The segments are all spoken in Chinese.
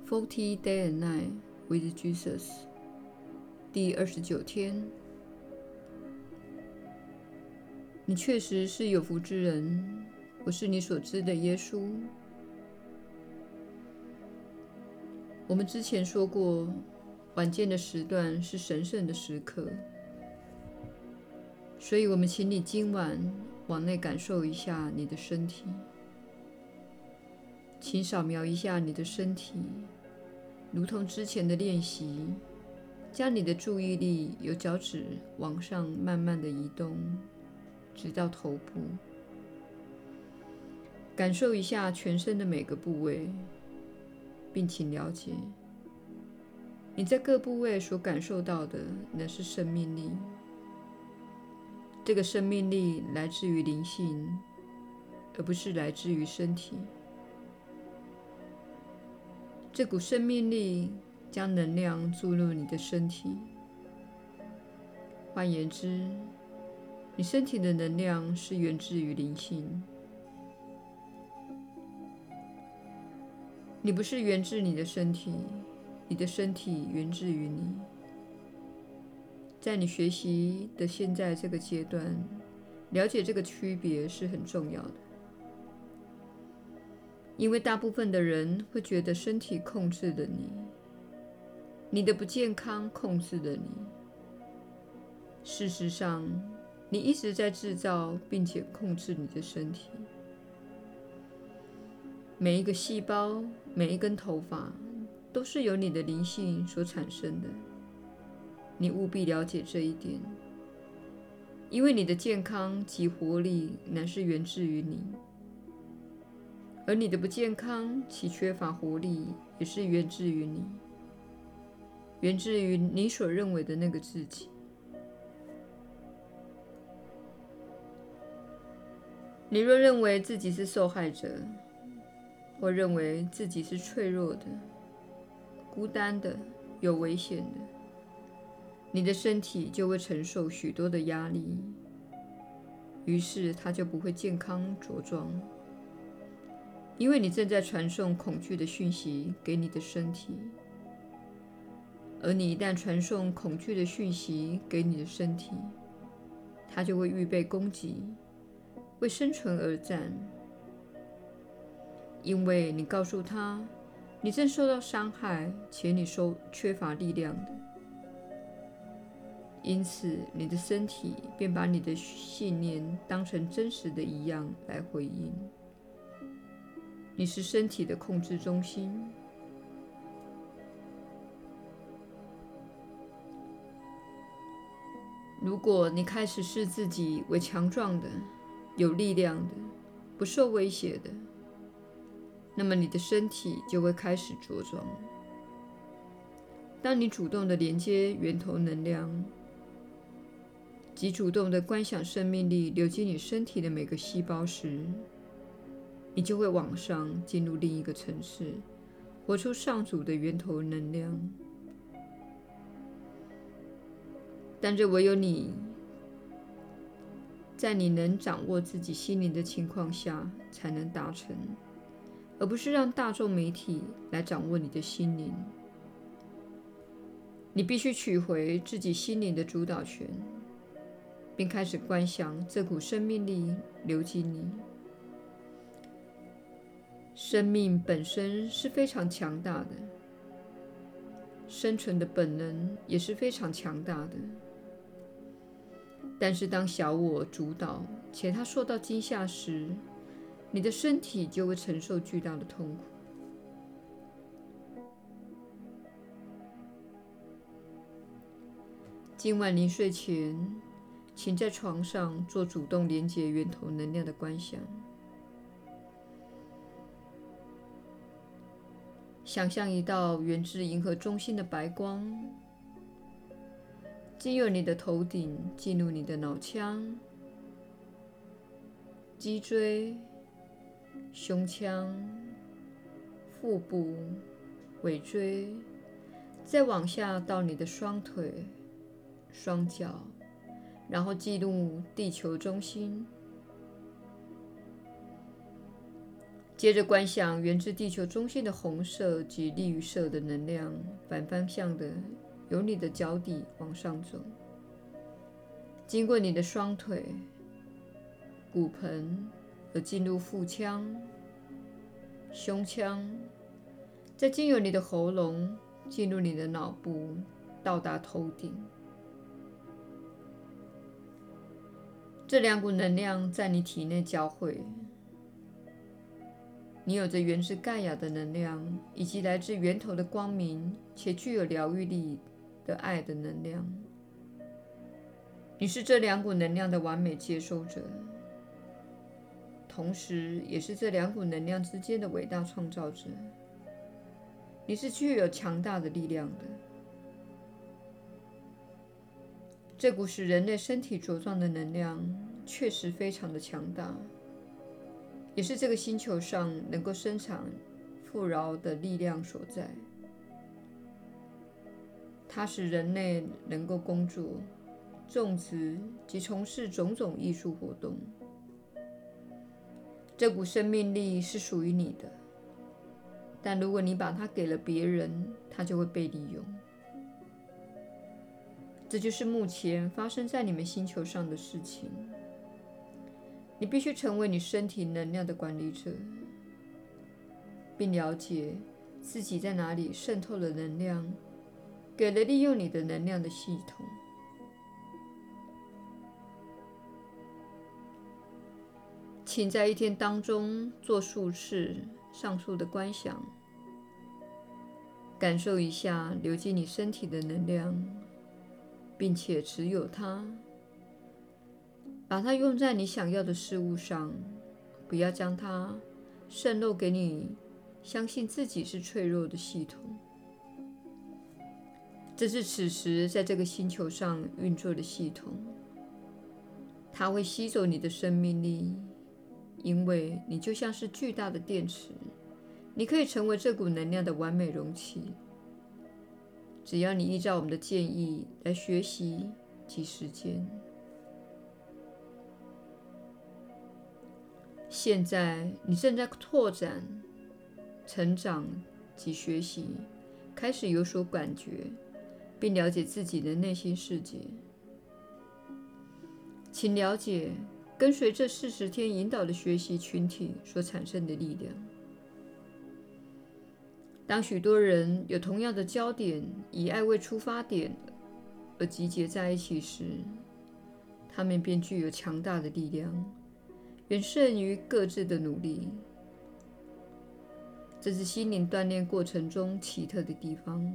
40 Day and Night with Jesus 第29天。你确实是有福之人，我是你所知的耶稣。我们之前说过，晚间的时段是神圣的时刻，所以我们请你今晚往内感受一下你的身体，请扫描一下你的身体，如同之前的练习，将你的注意力由脚趾往上慢慢的移动，直到头部，感受一下全身的每个部位，并请了解，你在各部位所感受到的乃是生命力。这个生命力来自于灵性，而不是来自于身体。这股生命力将能量注入你的身体。换言之，你身体的能量是源自于灵性。你不是源自你的身体，你的身体源自于你。在你学习的现在这个阶段，了解这个区别是很重要的。因为大部分的人会觉得身体控制了你，你的不健康控制了你。事实上，你一直在制造并且控制你的身体。每一个细胞，每一根头发，都是由你的灵性所产生的。你务必了解这一点，因为你的健康及活力乃是源自于你，而你的不健康及缺乏活力也是源自于你，源自于你所认为的那个自己。你若认为自己是受害者，或认为自己是脆弱的、孤单的、有危险的，你的身体就会承受许多的压力，于是它就不会健康茁壮，因为你正在传送恐惧的讯息给你的身体。而你一旦传送恐惧的讯息给你的身体，它就会预备攻击，为生存而战，因为你告诉他你正受到伤害，且你缺乏力量的。因此，你的身体便把你的信念当成真实的一样来回应。你是身体的控制中心。如果你开始视自己为强壮的、有力量的、不受威胁的，那么你的身体就会开始茁壮。当你主动地连接源头能量，即主动地观想生命力流进你身体的每个细胞时，你就会往上进入另一个层次，活出上主的源头能量。但这唯有你在你能掌握自己心灵的情况下才能达成，而不是让大众媒体来掌握你的心灵。你必须取回自己心灵的主导权，并开始观想这股生命力流进你。生命本身是非常强大的，生存的本能也是非常强大的。但是当小我主导且它受到惊吓时，你的身体就会承受巨大的痛苦。今晚临睡前，请在床上做主动连接源头能量的观想，想象一道源自银河中心的白光，经由你的头顶进入你的脑腔、脊椎、胸腔、腹部、尾椎，再往下到你的双腿、双脚，然后进入地球中心。 接着观想源自地球中心的红色及绿色的能量反方向的由你的脚底往上走，经过你的双腿、骨盆，而进入腹腔、胸腔，再经由你的喉咙进入你的脑部，到达头顶。这两股能量在你体内交汇，你有着源自盖亚的能量，以及来自源头的光明且具有疗愈力的爱的能量。你是这两股能量的完美接收者，同时也是这两股能量之间的伟大创造者。你是具有强大的力量的。这股使人类身体茁壮的能量确实非常的强大，也是这个星球上能够生产富饶的力量所在。它使人类能够工作、种植及从事种种艺术活动。这股生命力是属于你的，但如果你把它给了别人，它就会被利用。这就是目前发生在你们星球上的事情。你必须成为你身体能量的管理者，并了解自己在哪里渗透了能量，给了利用你的能量的系统。请在一天当中做数次上述的观想，感受一下流进你身体的能量，并且持有它，把它用在你想要的事物上，不要将它渗漏给你相信自己是脆弱的系统。这是此时在这个星球上运作的系统，它会吸走你的生命力，因为你就像是巨大的电池，你可以成为这股能量的完美容器。只要你依照我们的建议来学习及实践。现在你正在拓展、成长及学习，开始有所感觉，并了解自己的内心世界。请了解跟随这40天引导的学习群体所产生的力量。当许多人有同样的焦点，以爱为出发点而集结在一起时，他们便具有强大的力量，远胜于各自的努力。这是心灵锻炼过程中奇特的地方。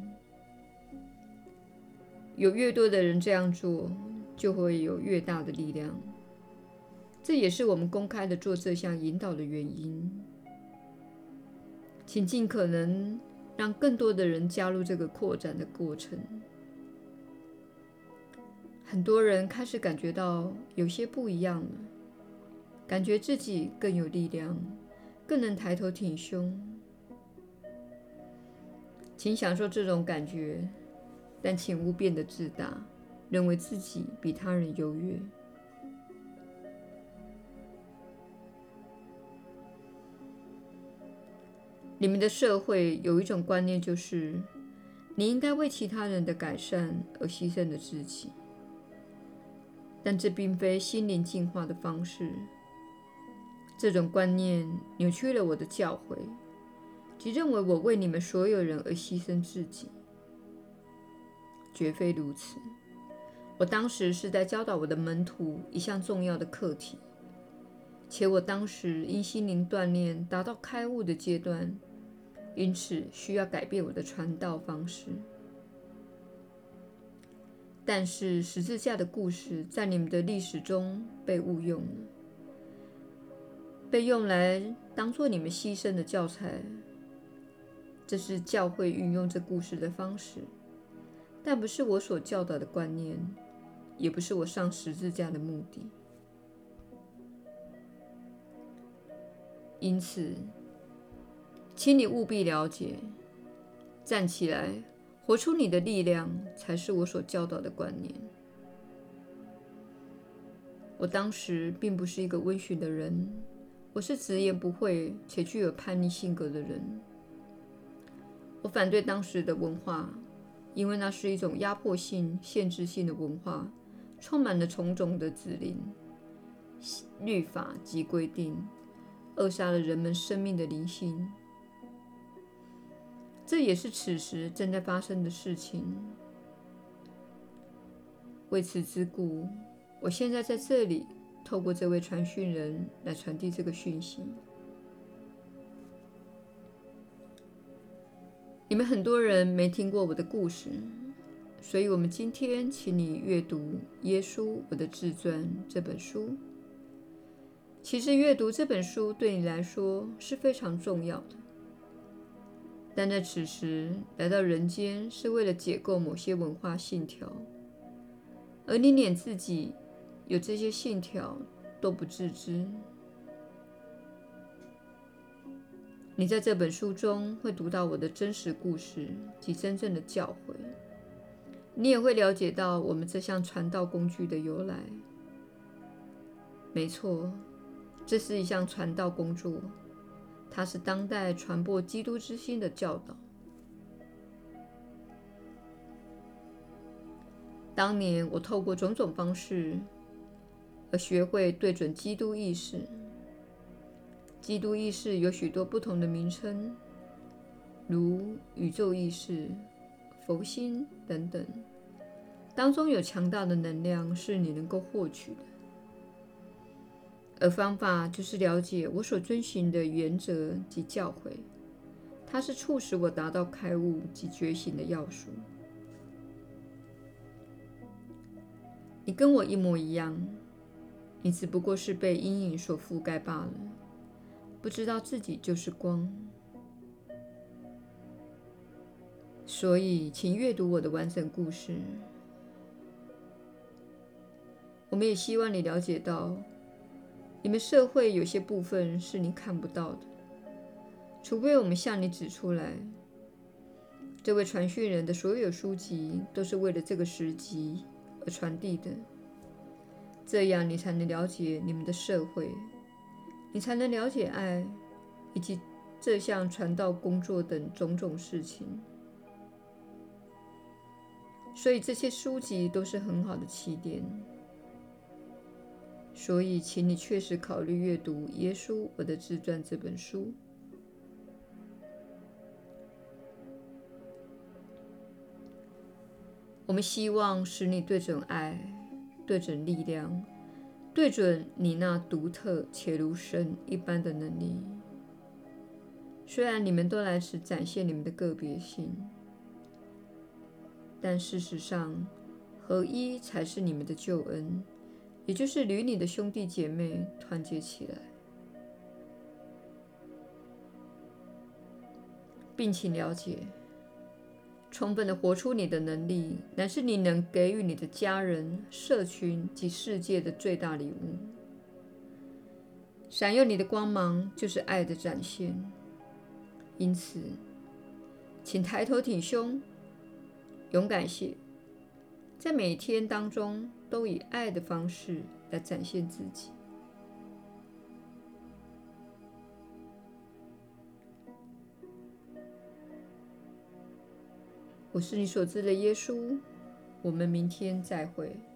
有越多的人这样做，就会有越大的力量。这也是我们公开的做这项引导的原因。请尽可能让更多的人加入这个扩展的过程。很多人开始感觉到有些不一样了，感觉自己更有力量，更能抬头挺胸。请享受这种感觉，但请勿变得自大，认为自己比他人优越。你们的社会有一种观念，就是你应该为其他人的改善而牺牲了自己，但这并非心灵进化的方式。这种观念扭曲了我的教诲，即认为我为你们所有人而牺牲自己。绝非如此。我当时是在教导我的门徒一项重要的课题，且我当时因心灵锻炼达到开悟的阶段，因此需要改变我的传道方式。但是十字架的故事在你们的历史中被误用了，被用来当作你们牺牲的教材。这是教会运用这故事的方式，但不是我所教导的观念，也不是我上十字架的目的。因此，请你务必了解，站起来，活出你的力量，才是我所教导的观念。我当时并不是一个温驯的人， 我是直言不讳且具有叛逆性格的人。我反对当时的文化，因为那是一种压迫性、限制性的文化，充满了种种的指令、律法及规定，扼杀了人们生命的灵性。这也是此时正在发生的事情。为此之故，我现在在这里，透过这位传讯人来传递这个讯息。你们很多人没听过我的故事，所以我们今天请你阅读《耶稣：我的自传》这本书。其实阅读这本书对你来说是非常重要的，但在此时来到人间是为了解构某些文化信条，而你连自己有这些信条都不自知。你在这本书中会读到我的真实故事及真正的教诲，你也会了解到我们这项传道工具的由来。没错，这是一项传道工作，它是当代传播基督之心的教导。当年我透过种种方式而学会对准基督意识。基督意识有许多不同的名称，如宇宙意识、佛心等等，当中有强大的能量是你能够获取的。而方法就是了解我所遵循的原则及教诲，它是促使我达到开悟及觉醒的要素。你跟我一模一样，你只不过是被阴影所覆盖罢了，不知道自己就是光。所以，请阅读我的完整故事。我们也希望你了解到，你们社会有些部分是你看不到的，除非我们向你指出来。这位传讯人的所有书籍都是为了这个时机而传递的，这样你才能了解你们的社会，你才能了解爱，以及这项传道工作等种种事情。所以这些书籍都是很好的起点。所以，请你确实考虑阅读《耶稣：我的自传》这本书。我们希望使你对准爱，对准力量，对准你那独特且如神一般的能力。虽然你们都来此展现你们的个别性，但事实上，合一才是你们的救恩，也就是与你的兄弟姐妹团结起来，并请了解，充分地活出你的能力，乃是你能给予你的家人、社群及世界的最大礼物。闪耀你的光芒就是爱的展现。因此，请抬头挺胸，勇敢些，在每一天当中都以爱的方式来展现自己。我是你所知的耶稣，我们明天再会。